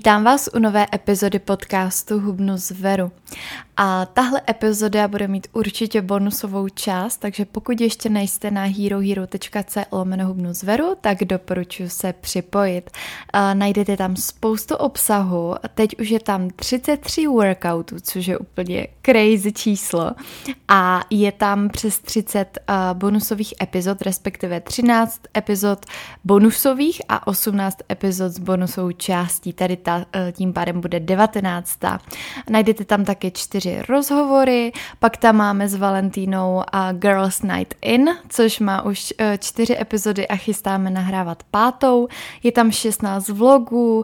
Vítám vás u nové epizody podcastu Hubnu z Veru. A tahle epizoda bude mít určitě bonusovou část, takže pokud ještě nejste na herohero.co/hubnu z Veru, tak doporučuji se připojit. Najdete tam spoustu obsahu, teď už je tam 33 workoutů, což je úplně crazy číslo. A je tam přes 30 bonusových epizod, respektive 13 epizod bonusových a 18 epizod s bonusovou částí. Tady tím pádem bude 19. Najdete tam také 4 rozhovory, pak tam máme s Valentínou a Girls Night In, což má už 4 epizody a chystáme nahrávat 5. Je tam 16 vlogů,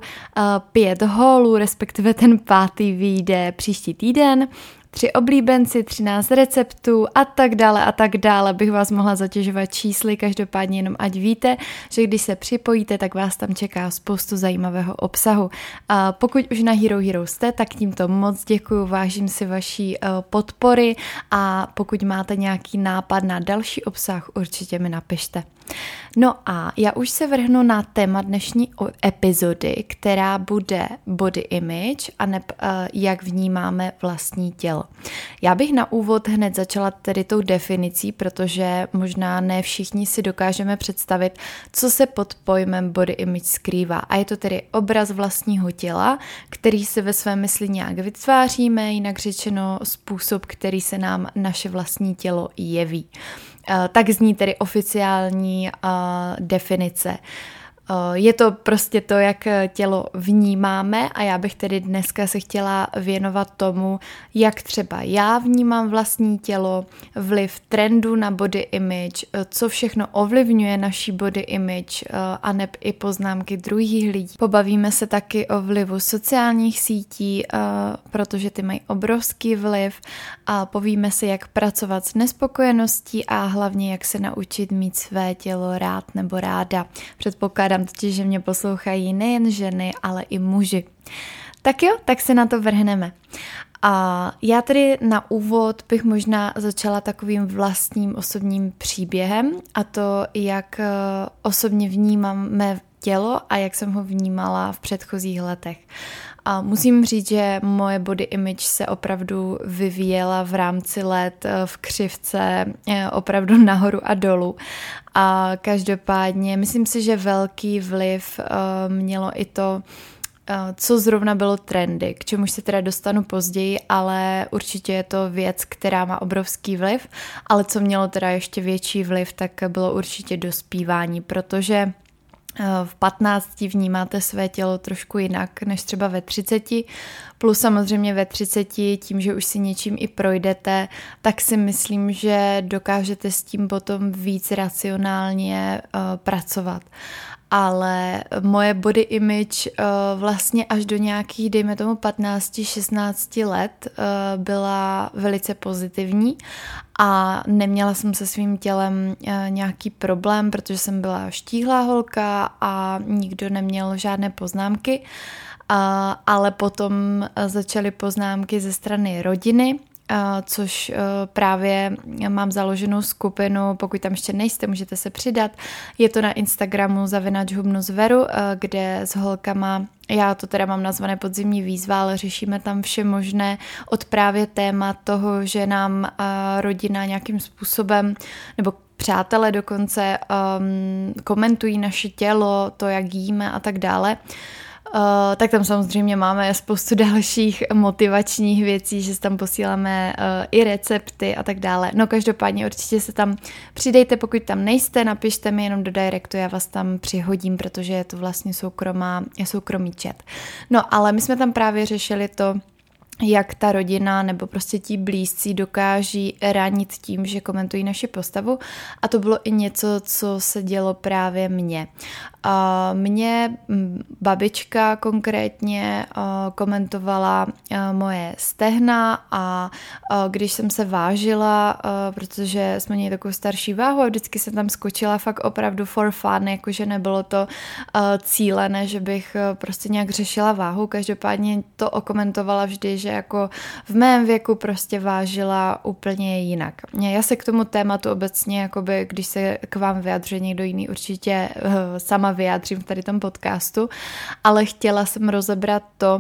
5 haulů, respektive ten 5. vyjde příští týden, 3 oblíbenci, 13 receptů a tak dále, bych vás mohla zatěžovat čísly, každopádně jenom ať víte, že když se připojíte, tak vás tam čeká spoustu zajímavého obsahu. A pokud už na Hero Hero jste, tak tímto moc děkuju, vážím si vaší podpory a pokud máte nějaký nápad na další obsah, určitě mi napište. No a já už se vrhnu na téma dnešní epizody, která bude body image a jak vnímáme vlastní tělo. Já bych na úvod hned začala tedy tou definicí, protože možná ne všichni si dokážeme představit, co se pod pojmem body image skrývá. A je to tedy obraz vlastního těla, který si ve své mysli nějak vytváříme, jinak řečeno způsob, který se nám naše vlastní tělo jeví. Tak zní tedy oficiální definice. Je to prostě to, jak tělo vnímáme a já bych tedy dneska se chtěla věnovat tomu, jak třeba já vnímám vlastní tělo, vliv trendu na body image, co všechno ovlivňuje naší body image a neb i poznámky druhých lidí. Pobavíme se taky o vlivu sociálních sítí, protože ty mají obrovský vliv a povíme si, jak pracovat s nespokojeností a hlavně jak se naučit mít své tělo rád nebo ráda. Předpokládám totiž, že mě poslouchají nejen ženy, ale i muži. Tak jo, tak se na to vrhneme. A já tedy na úvod bych možná začala takovým vlastním osobním příběhem a to, jak osobně vnímám mé tělo a jak jsem ho vnímala v předchozích letech. A musím říct, že moje body image se opravdu vyvíjela v rámci let v křivce opravdu nahoru a dolů. A každopádně myslím si, že velký vliv mělo i to, co zrovna bylo trendy, k čemuž se teda dostanu později, ale určitě je to věc, která má obrovský vliv, ale co mělo teda ještě větší vliv, tak bylo určitě dospívání, protože v 15 vnímáte své tělo trošku jinak než třeba ve 30, plus samozřejmě ve 30 tím, že už si něčím i projdete, tak si myslím, že dokážete s tím potom víc racionálně pracovat. Ale moje body image vlastně až do nějakých, dejme tomu 15-16 let byla velice pozitivní a neměla jsem se svým tělem nějaký problém, protože jsem byla štíhlá holka a nikdo neměl žádné poznámky, ale potom začaly poznámky ze strany rodiny, což právě mám založenou skupinu, pokud tam ještě nejste, můžete se přidat. Je to na Instagramu @hubnuzveru, kde s holkama, já to teda mám nazvané podzimní výzva, ale řešíme tam vše možné od právě téma toho, že nám rodina nějakým způsobem, nebo přátelé dokonce komentují naše tělo, to, jak jíme a tak dále. Tak tam samozřejmě máme spoustu dalších motivačních věcí, že tam posíláme i recepty a tak dále. No každopádně určitě se tam přidejte, pokud tam nejste, napište mi jenom do directu, já vás tam přihodím, protože je to vlastně soukromý chat. No ale my jsme tam právě řešili to, jak ta rodina nebo prostě ti blízcí dokáží ranit tím, že komentují naši postavu a to bylo i něco, co se dělo právě mně. Mě babička konkrétně komentovala moje stehna a když jsem se vážila, protože jsme měli takovou starší váhu a vždycky jsem tam skočila fakt opravdu for fun, jakože nebylo to cílené, že bych prostě nějak řešila váhu, každopádně to okomentovala vždy, že jako v mém věku prostě vážila úplně jinak. Já se k tomu tématu obecně, jakoby, když se k vám vyjadřuje někdo jiný, určitě sama sama vyjádřím v tady tom podcastu, ale chtěla jsem rozebrat to,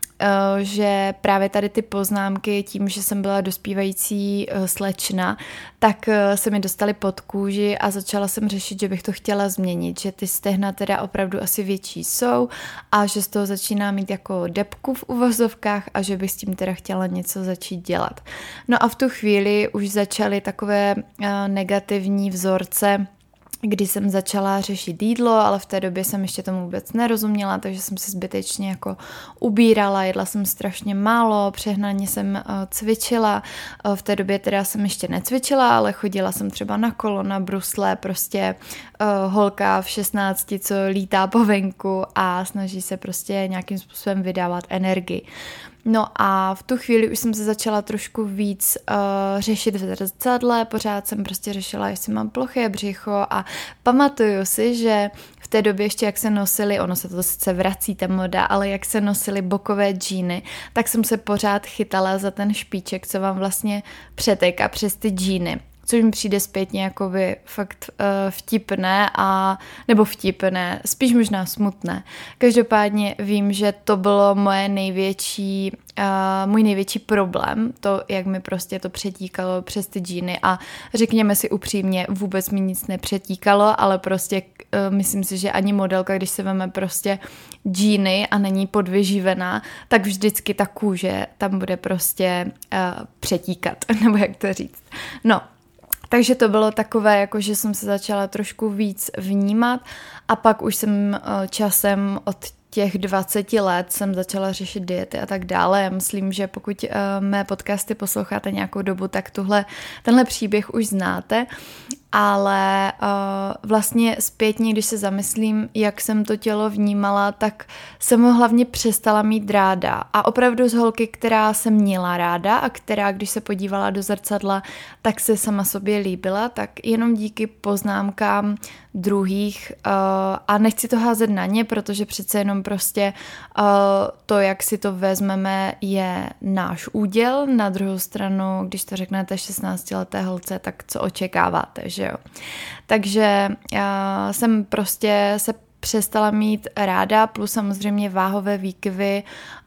že právě tady ty poznámky tím, že jsem byla dospívající slečna, tak se mi dostaly pod kůži a začala jsem řešit, že bych to chtěla změnit, že ty stehna teda opravdu asi větší jsou a že z toho začíná mít jako debku v uvozovkách a že bych s tím teda chtěla něco začít dělat. No a v tu chvíli už začaly takové negativní vzorce, kdy jsem začala řešit jídlo, ale v té době jsem ještě tomu vůbec nerozuměla, takže jsem se zbytečně jako ubírala, jedla jsem strašně málo, přehnaně jsem cvičila, v té době teda jsem ještě necvičila, ale chodila jsem třeba na kolo, na brusle, prostě holka v 16, co lítá po venku a snaží se prostě nějakým způsobem vydávat energii. No a v tu chvíli už jsem se začala trošku víc řešit v zrcadle, pořád jsem prostě řešila, jestli mám ploché břicho a pamatuju si, že v té době ještě jak se nosily, ono se to sice vrací ta moda, ale jak se nosily bokové džíny, tak jsem se pořád chytala za ten špiček, co vám vlastně přetéká přes ty džíny. Což mi přijde zpětně jakoby fakt vtipné nebo vtipné, spíš možná smutné. Každopádně vím, že to bylo můj největší problém, to, jak mi prostě to přetíkalo přes ty džíny a řekněme si upřímně, vůbec mi nic nepřetíkalo, ale prostě myslím si, že ani modelka, když se veme prostě džíny a není podvyživená, tak vždycky ta kůže tam bude prostě přetíkat, nebo jak to říct. No, takže to bylo takové, jako že jsem se začala trošku víc vnímat a pak už jsem časem od těch 20 let jsem začala řešit diety a tak dále. Já myslím, že pokud mé podcasty posloucháte nějakou dobu, tak tenhle příběh už znáte, ale vlastně zpětně, když se zamyslím, jak jsem to tělo vnímala, tak jsem ho hlavně přestala mít ráda. A opravdu z holky, která se měla ráda a která, když se podívala do zrcadla, tak se sama sobě líbila, tak jenom díky poznámkám druhých a nechci to házet na ně, protože přece jenom prostě to, jak si to vezmeme, je náš úděl. Na druhou stranu, když to řeknete 16leté holce, tak co očekáváte, že jo? Takže jsem prostě se přestala mít ráda, plus samozřejmě váhové výkyvy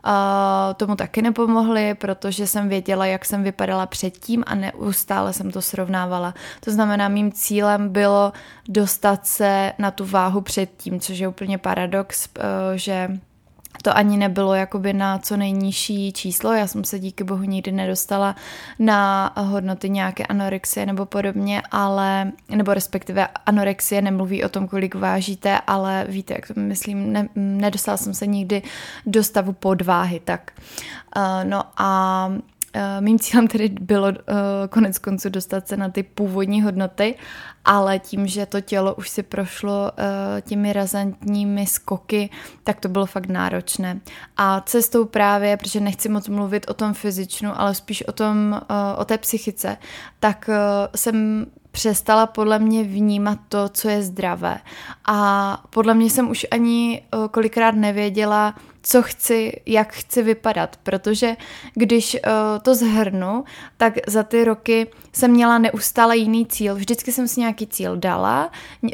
tomu taky nepomohly, protože jsem věděla, jak jsem vypadala předtím a neustále jsem to srovnávala. To znamená, mým cílem bylo dostat se na tu váhu předtím, což je úplně paradox, že to ani nebylo jakoby na co nejnižší číslo, já jsem se díky bohu nikdy nedostala na hodnoty nějaké anorexie nebo podobně, nebo respektive anorexie nemluví o tom, kolik vážíte, ale víte, jak to myslím, nedostala jsem se nikdy do stavu podváhy, tak. No a mým cílem tedy bylo konec konců dostat se na ty původní hodnoty, ale tím, že to tělo už si prošlo těmi razantními skoky, tak to bylo fakt náročné. A cestou právě, protože nechci moc mluvit o tom fyzičnu, ale spíš o té psychice, tak jsem přestala podle mě vnímat to, co je zdravé. A podle mě jsem už ani kolikrát nevěděla, co chci, jak chci vypadat, protože když to shrnu, tak za ty roky jsem měla neustále jiný cíl. Vždycky jsem si nějaký cíl dala,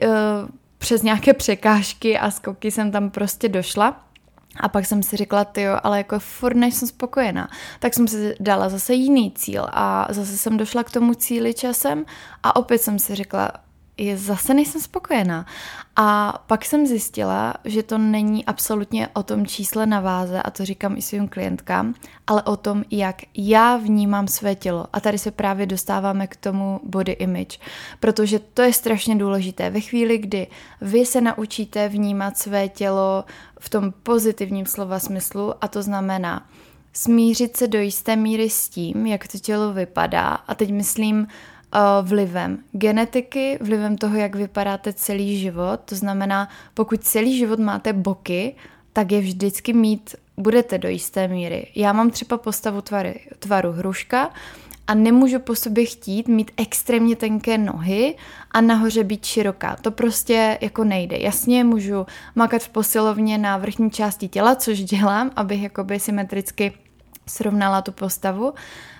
přes nějaké překážky a skoky jsem tam prostě došla. A pak jsem si řekla, tyjo, ale jako furt nejsem spokojená. Tak jsem si dala zase jiný cíl a zase jsem došla k tomu cíli časem a opět jsem si řekla, zase nejsem spokojená. A pak jsem zjistila, že to není absolutně o tom čísle na váze, a to říkám i svým klientkám, ale o tom, jak já vnímám své tělo. A tady se právě dostáváme k tomu body image, protože to je strašně důležité. Ve chvíli, kdy vy se naučíte vnímat své tělo v tom pozitivním slova smyslu, a to znamená smířit se do jisté míry s tím, jak to tělo vypadá, a teď myslím vlivem genetiky, vlivem toho, jak vypadáte celý život. To znamená, pokud celý život máte boky, tak je vždycky budete do jisté míry. Já mám třeba postavu tvaru hruška a nemůžu po sobě chtít mít extrémně tenké nohy a nahoře být široká. To prostě jako nejde. Jasně, můžu makat v posilovně na vrchní části těla, což dělám, abych jakoby symetricky srovnala tu postavu.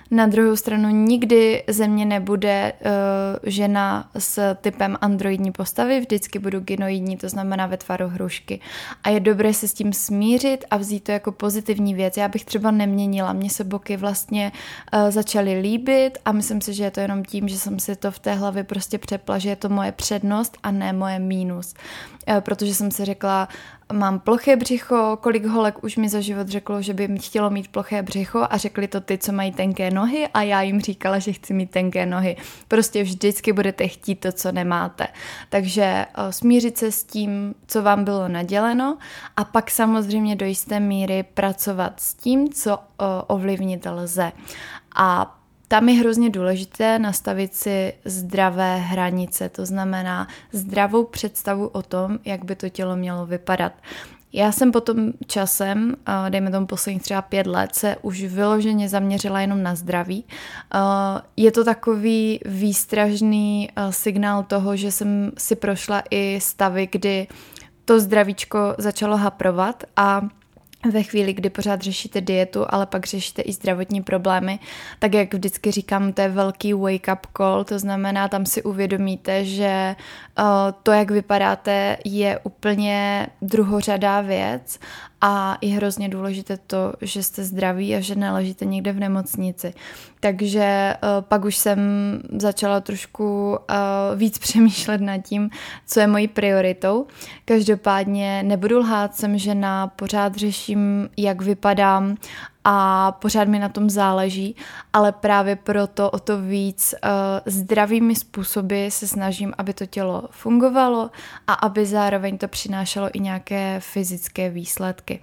Na druhou stranu nikdy ze mě nebude žena s typem androidní postavy, vždycky budu gynoidní, to znamená ve tvaru hrušky. A je dobré se s tím smířit a vzít to jako pozitivní věc. Já bych třeba neměnila, mně se boky vlastně začaly líbit a myslím si, že je to jenom tím, že jsem si to v té hlavě prostě přepla, že je to moje přednost a ne moje mínus. Protože jsem si řekla, mám ploché břicho, kolik holek už mi za život řeklo, že by chtělo mít ploché břicho a řekli to ty, co mají tenké nohy a já jim říkala, že chci mít tenké nohy. Prostě vždycky budete chtít to, co nemáte. Takže smířit se s tím, co vám bylo naděleno a pak samozřejmě do jisté míry pracovat s tím, co ovlivnit lze. A tam je hrozně důležité nastavit si zdravé hranice, to znamená zdravou představu o tom, jak by to tělo mělo vypadat. Já jsem potom časem, dejme tomu posledních třeba 5 let, se už vyloženě zaměřila jenom na zdraví. Je to takový výstražný signál toho, že jsem si prošla i stavy, kdy to zdravíčko začalo haprovat a ve chvíli, kdy pořád řešíte dietu, ale pak řešíte i zdravotní problémy, tak jak vždycky říkám, to je velký wake-up call, to znamená, tam si uvědomíte, že to, jak vypadáte, je úplně druhořadá věc a je hrozně důležité to, že jste zdraví a že neležíte někde v nemocnici. Takže pak už jsem začala trošku víc přemýšlet nad tím, co je mojí prioritou. Každopádně nebudu lhát, jsem žena, pořád řeším, jak vypadám a pořád mi na tom záleží, ale právě proto o to víc zdravými způsoby se snažím, aby to tělo fungovalo a aby zároveň to přinášelo i nějaké fyzické výsledky.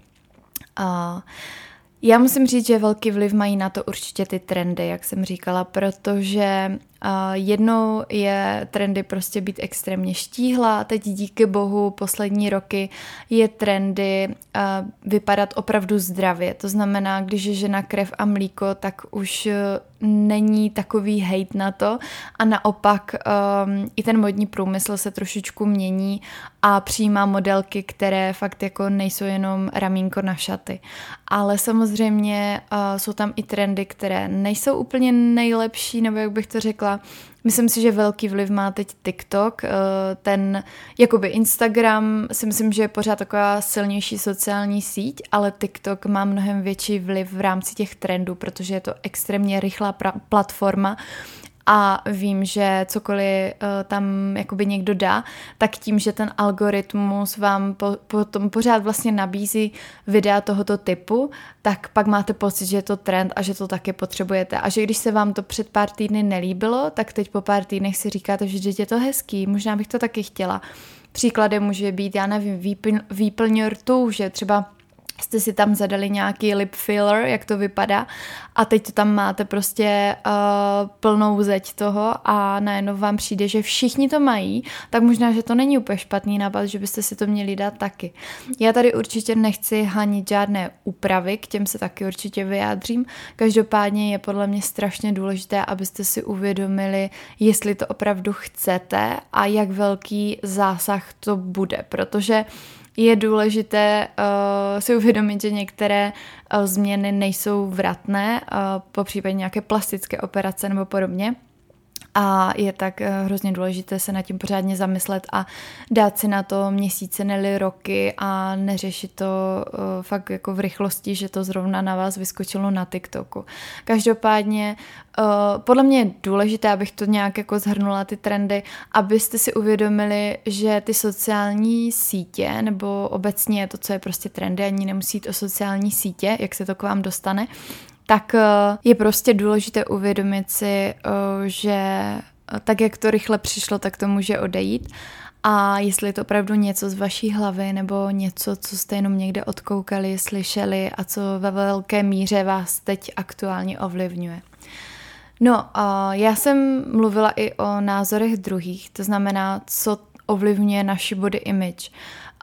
Já musím říct, že velký vliv mají na to určitě ty trendy, jak jsem říkala, protože jednou je trendy prostě být extrémně štíhlá, teď díky bohu poslední roky je trendy vypadat opravdu zdravě. To znamená, když je žena krev a mlíko, tak už není takový hejt na to a naopak i ten modní průmysl se trošičku mění a přijímá modelky, které fakt jako nejsou jenom ramínko na šaty. Ale samozřejmě jsou tam i trendy, které nejsou úplně nejlepší, nebo jak bych to řekla. Myslím si, že velký vliv má teď TikTok, ten jakoby Instagram si myslím, že je pořád taková silnější sociální síť, ale TikTok má mnohem větší vliv v rámci těch trendů, protože je to extrémně rychlá platforma a vím, že cokoliv tam jakoby někdo dá, tak tím, že ten algoritmus vám potom pořád vlastně nabízí videa tohoto typu, tak pak máte pocit, že je to trend a že to taky potřebujete. A že když se vám to před pár týdny nelíbilo, tak teď po pár týdnech si říkáte, že je to hezký, možná bych to taky chtěla. Příkladem může být, já nevím, výplň rtů, že třeba jste si tam zadali nějaký lip filler, jak to vypadá a teď to tam máte prostě plnou zeď toho a najednou vám přijde, že všichni to mají, tak možná, že to není úplně špatný nápad, že byste si to měli dát taky. Já tady určitě nechci hanit žádné úpravy, k těm se taky určitě vyjádřím. Každopádně je podle mě strašně důležité, abyste si uvědomili, jestli to opravdu chcete a jak velký zásah to bude, protože je důležité si uvědomit, že některé změny nejsou vratné, popřípadě nějaké plastické operace nebo podobně. A je tak hrozně důležité se nad tím pořádně zamyslet a dát si na to měsíce, ne roky a neřešit to fakt jako v rychlosti, že to zrovna na vás vyskočilo na TikToku. Každopádně podle mě je důležité, abych to nějak jako zhrnula ty trendy, abyste si uvědomili, že ty sociální sítě nebo obecně to, co je prostě trendy, ani nemusí jít o sociální sítě, jak se to k vám dostane, tak je prostě důležité uvědomit si, že tak, jak to rychle přišlo, tak to může odejít. A jestli je to opravdu něco z vaší hlavy nebo něco, co jste jenom někde odkoukali, slyšeli a co ve velké míře vás teď aktuálně ovlivňuje. No, já jsem mluvila i o názorech druhých, to znamená, co ovlivňuje naši body image.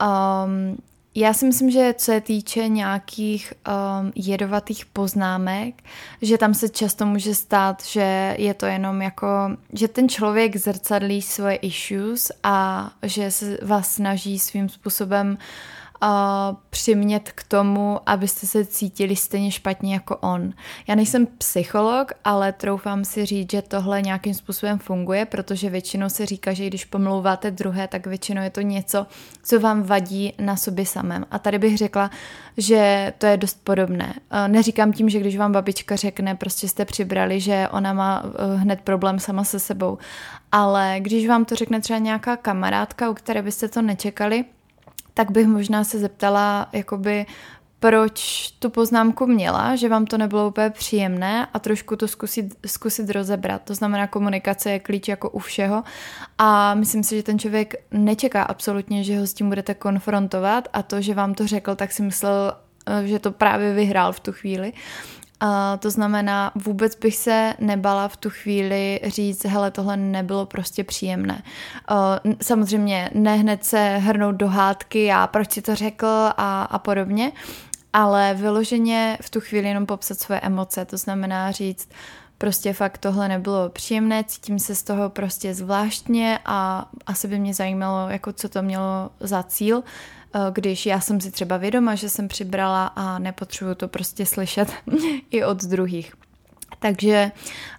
Já si myslím, že co se týče nějakých jedovatých poznámek, že tam se často může stát, že je to jenom jako, že ten člověk zrcadlí svoje issues a že se vás snaží svým způsobem přimět k tomu, abyste se cítili stejně špatně jako on. Já nejsem psycholog, ale troufám si říct, že tohle nějakým způsobem funguje, protože většinou se říká, že když pomlouváte druhé, tak většinou je to něco, co vám vadí na sobě samém. A tady bych řekla, že to je dost podobné. Neříkám tím, že když vám babička řekne, prostě jste přibrali, že ona má hned problém sama se sebou, ale když vám to řekne třeba nějaká kamarádka, u které byste to nečekali, tak bych možná se zeptala, jakoby, proč tu poznámku měla, že vám to nebylo úplně příjemné a trošku to zkusit rozebrat. To znamená, komunikace je klíč jako u všeho a myslím si, že ten člověk nečeká absolutně, že ho s tím budete konfrontovat a to, že vám to řekl, tak si myslel, že to právě vyhrál v tu chvíli. To znamená, vůbec bych se nebala v tu chvíli říct, hele, tohle nebylo prostě příjemné. Samozřejmě ne hned se hrnout do hádky a proč si to řekl a podobně, ale vyloženě v tu chvíli jenom popsat svoje emoce, to znamená říct, prostě fakt tohle nebylo příjemné, cítím se z toho prostě zvláštně a asi by mě zajímalo, jako co to mělo za cíl, když já jsem si třeba vědoma, že jsem přibrala a nepotřebuju to prostě slyšet i od druhých. Takže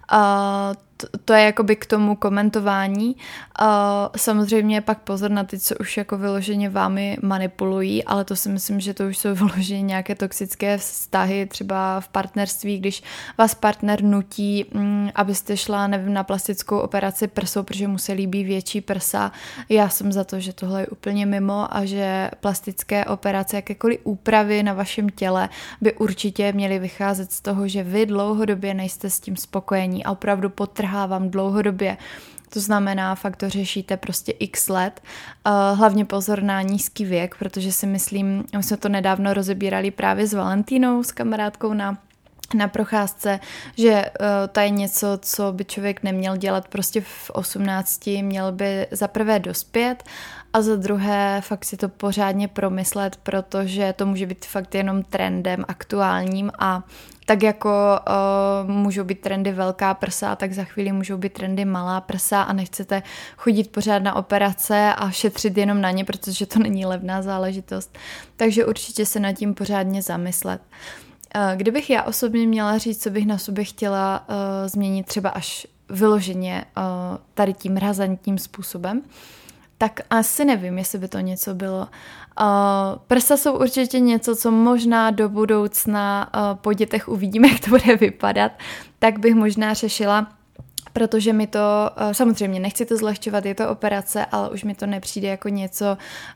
to je jakoby k tomu komentování. Samozřejmě pak pozor na ty, co už jako vyloženě vámi manipulují, ale to si myslím, že to už jsou vyloženě nějaké toxické vztahy, třeba v partnerství, když vás partner nutí, abyste šla, nevím, na plastickou operaci prsou, protože mu se líbí větší prsa. Já jsem za to, že tohle je úplně mimo a že plastické operace, jakékoliv úpravy na vašem těle by určitě měly vycházet z toho, že vy dlouhodobě nejste s tím spokojení a opravdu potrhávám dlouhodobě. To znamená, fakt to řešíte prostě x let. Hlavně pozor na nízký věk, protože si myslím, my jsme to nedávno rozebírali právě s Valentínou, s kamarádkou na procházce, že to je něco, co by člověk neměl dělat prostě v 18, měl by za prvé dospět a za druhé fakt si to pořádně promyslet, protože to může být fakt jenom trendem aktuálním a tak jako můžou být trendy velká prsa, tak za chvíli můžou být trendy malá prsa a nechcete chodit pořád na operace a šetřit jenom na ně, protože to není levná záležitost. Takže určitě se nad tím pořádně zamyslet. Kdybych já osobně měla říct, co bych na sobě chtěla změnit třeba až vyloženě tady tím razantním způsobem, tak asi nevím, jestli by to něco bylo. Prsa jsou určitě něco, co možná do budoucna po dětech uvidíme, jak to bude vypadat, tak bych možná řešila, protože mi to, samozřejmě nechci to zlehčovat, je to operace, ale už mi to nepřijde jako něco,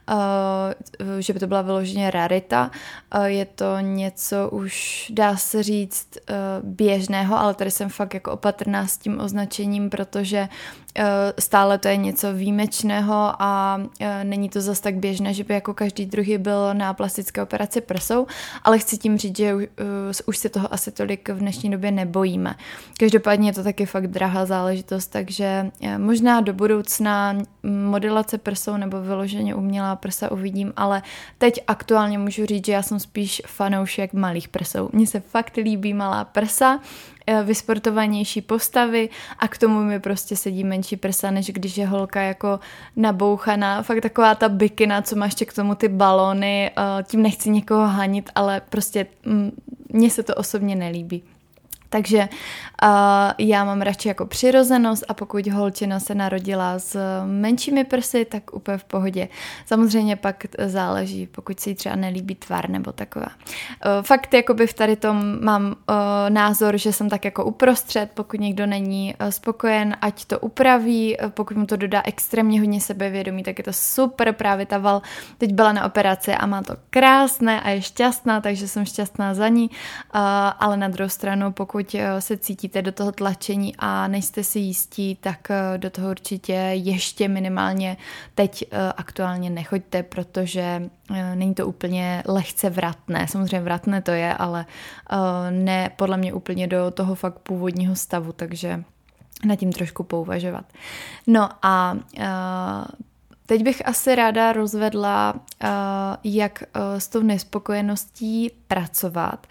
že by to byla vyloženě rarita. Je to něco už, dá se říct, běžného, ale tady jsem fakt jako opatrná s tím označením, protože stále to je něco výjimečného a není to zas tak běžné, že by jako každý druhý byl na plastické operaci prsou, ale chci tím říct, že už se toho asi tolik v dnešní době nebojíme. Každopádně je to taky fakt drahá záležitost, takže možná do budoucna modelace prsou nebo vyloženě umělá prsa uvidím, ale teď aktuálně můžu říct, že já jsem spíš fanoušek malých prsou. Mně se fakt líbí malá prsa, vysportovanější postavy a k tomu mi prostě sedí menší prsa, než když je holka jako nabouchaná, fakt taková ta bikina, co má ještě k tomu ty balóny, tím nechci někoho hanit, ale prostě mně se to osobně nelíbí. Takže já mám radši jako přirozenost a pokud holčina se narodila s menšími prsy, tak úplně v pohodě. Samozřejmě pak záleží, pokud si jí třeba nelíbí tvar nebo taková. Fakt jakoby v tady tom mám názor, že jsem tak jako uprostřed, pokud někdo není spokojen, ať to upraví, pokud mu to dodá extrémně hodně sebevědomí, tak je to super, právě ta Val teď byla na operaci a má to krásné a je šťastná, takže jsem šťastná za ní, ale na druhou stranu, pokud se cítíte do toho tlačení a nejste si jistí, tak do toho určitě ještě minimálně teď aktuálně nechoďte, protože není to úplně lehce vratné. Samozřejmě vratné to je, ale ne podle mě úplně do toho fakt původního stavu, takže nad tím trošku pouvažovat. No a Teď bych asi ráda rozvedla, jak s tou nespokojeností pracovat.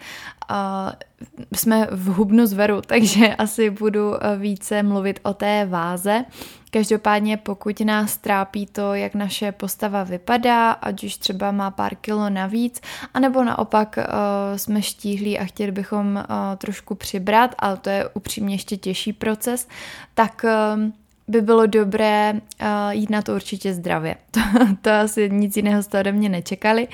Jsme v hubnu zveru, takže asi budu více mluvit o té váze. Každopádně pokud nás trápí to, jak naše postava vypadá, ať už třeba má pár kilo navíc, anebo naopak jsme štíhlí a chtěli bychom trošku přibrat, ale to je upřímně ještě těžší proces, tak by bylo dobré jít na to určitě zdravě. To asi nic jiného jste ode mě nečekali.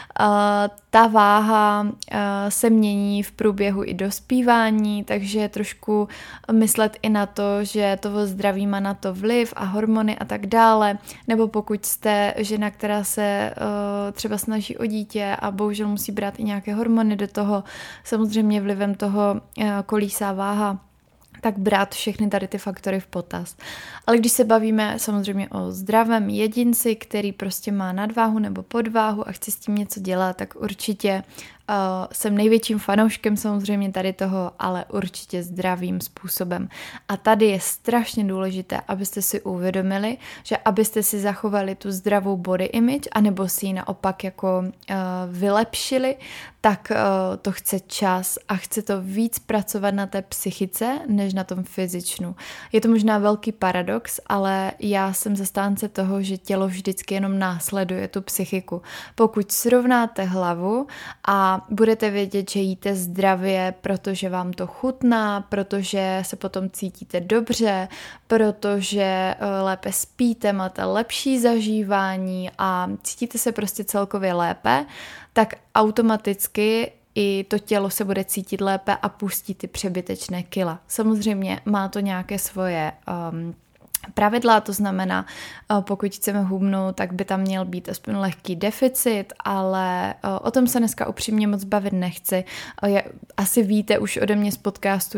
Ta váha se mění v průběhu i dospívání, takže trošku myslet i na to, že to zdraví má na to vliv a hormony a tak dále. Nebo pokud jste žena, která se třeba snaží o dítě a bohužel musí brát i nějaké hormony do toho, samozřejmě vlivem toho kolísá váha, tak brát všechny tady ty faktory v potaz. Ale když se bavíme samozřejmě o zdravém jedinci, který prostě má nadváhu nebo podváhu a chce s tím něco dělat, tak určitě jsem největším fanouškem samozřejmě tady toho, ale určitě zdravým způsobem. A tady je strašně důležité, abyste si uvědomili, že abyste si zachovali tu zdravou body image, anebo si ji naopak jako vylepšili, tak to chce čas a chce to víc pracovat na té psychice, než na tom fyzičnu. Je to možná velký paradox, ale já jsem zastánce toho, že tělo vždycky jenom následuje tu psychiku. Pokud srovnáte hlavu a budete vědět, že jíte zdravě, protože vám to chutná, protože se potom cítíte dobře, protože lépe spíte, máte lepší zažívání a cítíte se prostě celkově lépe, tak automaticky i to tělo se bude cítit lépe a pustí ty přebytečné kila. Samozřejmě má to nějaké svoje pravidla, to znamená, pokud chceme hubnout, tak by tam měl být aspoň lehký deficit, ale o tom se dneska upřímně moc bavit nechci. Asi víte už ode mě z podcastu,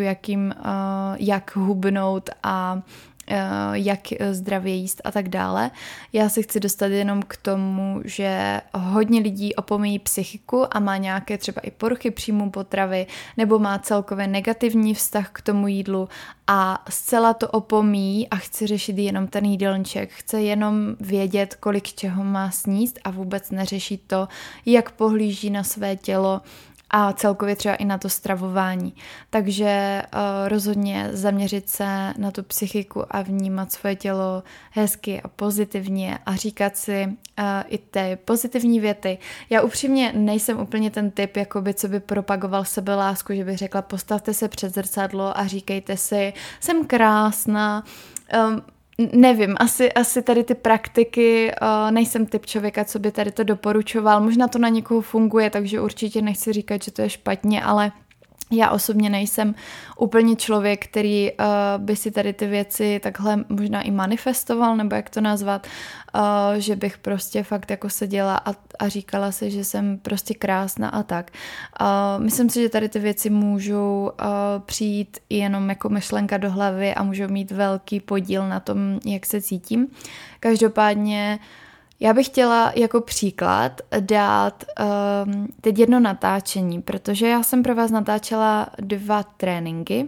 jak hubnout a jak zdravě jíst a tak dále. Já se chci dostat jenom k tomu, že hodně lidí opomíjí psychiku a má nějaké třeba i poruchy příjmu potravy nebo má celkově negativní vztah k tomu jídlu a zcela to opomíjí a chce řešit jenom ten jídelníček. Chce jenom vědět, kolik čeho má sníst a vůbec neřeší to, jak pohlíží na své tělo a celkově třeba i na to stravování. Takže rozhodně zaměřit se na tu psychiku a vnímat svoje tělo hezky a pozitivně a říkat si i ty pozitivní věty. Já upřímně nejsem úplně ten typ, jakoby, co by propagoval sebelásku, že bych řekla, postavte se před zrcadlo a říkejte si, jsem krásná. Nevím, asi tady ty praktiky, nejsem typ člověka, co by tady to doporučoval. Možná to na někoho funguje, takže určitě nechci říkat, že to je špatně, ale já osobně nejsem úplně člověk, který by si tady ty věci takhle možná i manifestoval, nebo jak to nazvat, že bych prostě fakt jako seděla a říkala si, že jsem prostě krásná a tak. Myslím si, že tady ty věci můžou přijít jenom jako myšlenka do hlavy a můžou mít velký podíl na tom, jak se cítím. Každopádně já bych chtěla jako příklad dát teď jedno natáčení, protože já jsem pro vás natáčela 2 tréninky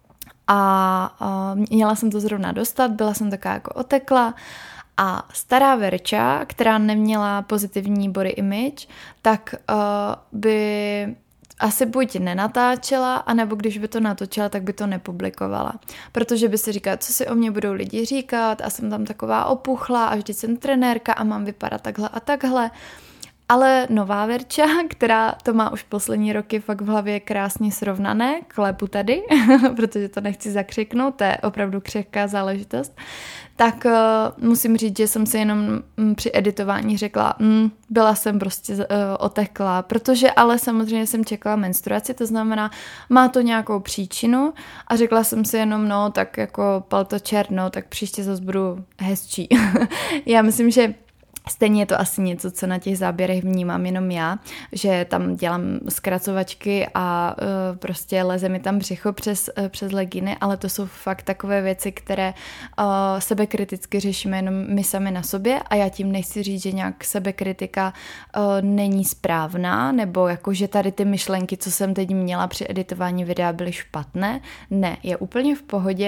a měla jsem to zrovna dostat, byla jsem taková jako otekla a stará Verča, která neměla pozitivní body image, tak by asi buď nenatáčela, anebo když by to natočila, tak by to nepublikovala. Protože by se říkala, co si o mě budou lidi říkat a jsem tam taková opuchla a vždyť jsem trenérka a mám vypadat takhle a takhle. Ale nová Verča, která to má už poslední roky fakt v hlavě krásně srovnané, klepu tady, protože to nechci zakřiknout, to je opravdu křehká záležitost, tak musím říct, že jsem si jenom při editování řekla, byla jsem prostě otekla, protože ale samozřejmě jsem čekala menstruaci, to znamená, má to nějakou příčinu a řekla jsem si jenom, no tak jako palto černo, tak příště zase budu hezčí. Já myslím, že stejně je to asi něco, co na těch záběrech vnímám jenom já, že tam dělám zkracovačky a prostě leze mi tam břicho přes legíny, ale to jsou fakt takové věci, které sebekriticky řešíme jenom my sami na sobě a já tím nechci říct, že nějak sebekritika není správná, nebo jako, že tady ty myšlenky, co jsem teď měla při editování videa, byly špatné. Ne, je úplně v pohodě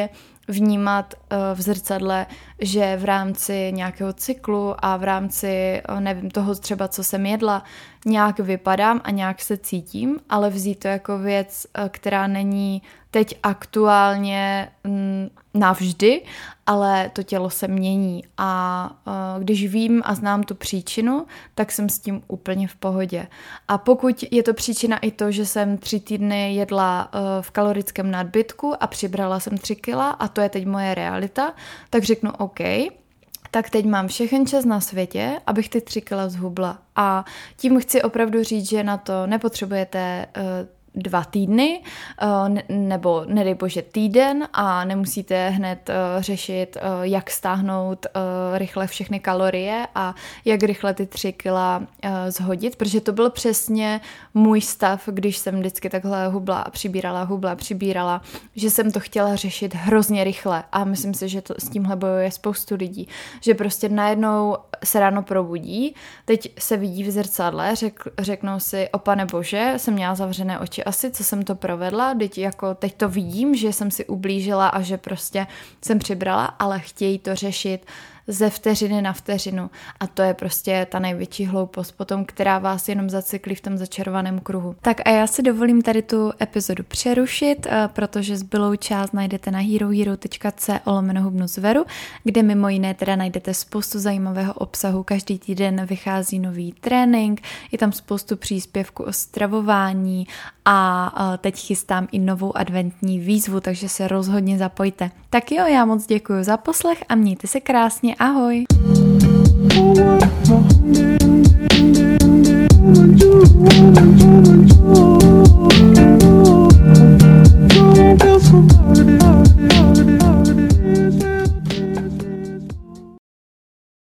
vnímat v zrcadle, že v rámci nějakého cyklu a v rámci, nevím, toho třeba, co jsem jedla, nějak vypadám a nějak se cítím, ale vzít to jako věc, která není teď aktuálně navždy, ale to tělo se mění a když vím a znám tu příčinu, tak jsem s tím úplně v pohodě. A pokud je to příčina i to, že jsem 3 týdny jedla v kalorickém nadbytku a přibrala jsem 3 kila a to je teď moje realita, tak řeknu OK, tak teď mám všechen čas na světě, abych ty 3 kila zhubla. A tím chci opravdu říct, že na to nepotřebujete 2 týdny, nebo nedej bože týden a nemusíte hned řešit, jak stáhnout rychle všechny kalorie a jak rychle ty 3 kila zhodit, protože to byl přesně můj stav, když jsem vždycky takhle hubla a přibírala, že jsem to chtěla řešit hrozně rychle a myslím si, že to s tímhle bojuje spoustu lidí, že prostě najednou se ráno probudí, teď se vidí v zrcadle, řeknou si, o pane bože, jsem měla zavřené oči asi, co jsem to provedla, teď to vidím, že jsem si ublížila a že prostě jsem přibrala, ale chtějí to řešit ze vteřiny na vteřinu a to je prostě ta největší hloupost potom, která vás jenom zacyklí v tom začarovaném kruhu. Tak a já si dovolím tady tu epizodu přerušit, protože zbylou část najdete na herohero.co/hubnuzveru, kde mimo jiné teda najdete spoustu zajímavého obsahu, každý týden vychází nový trénink, je tam spoustu příspěvků o stravování a teď chystám i novou adventní výzvu, takže se rozhodně zapojte. Tak jo, já moc děkuji za poslech a mějte se krásně. Ahoj! Ahoj.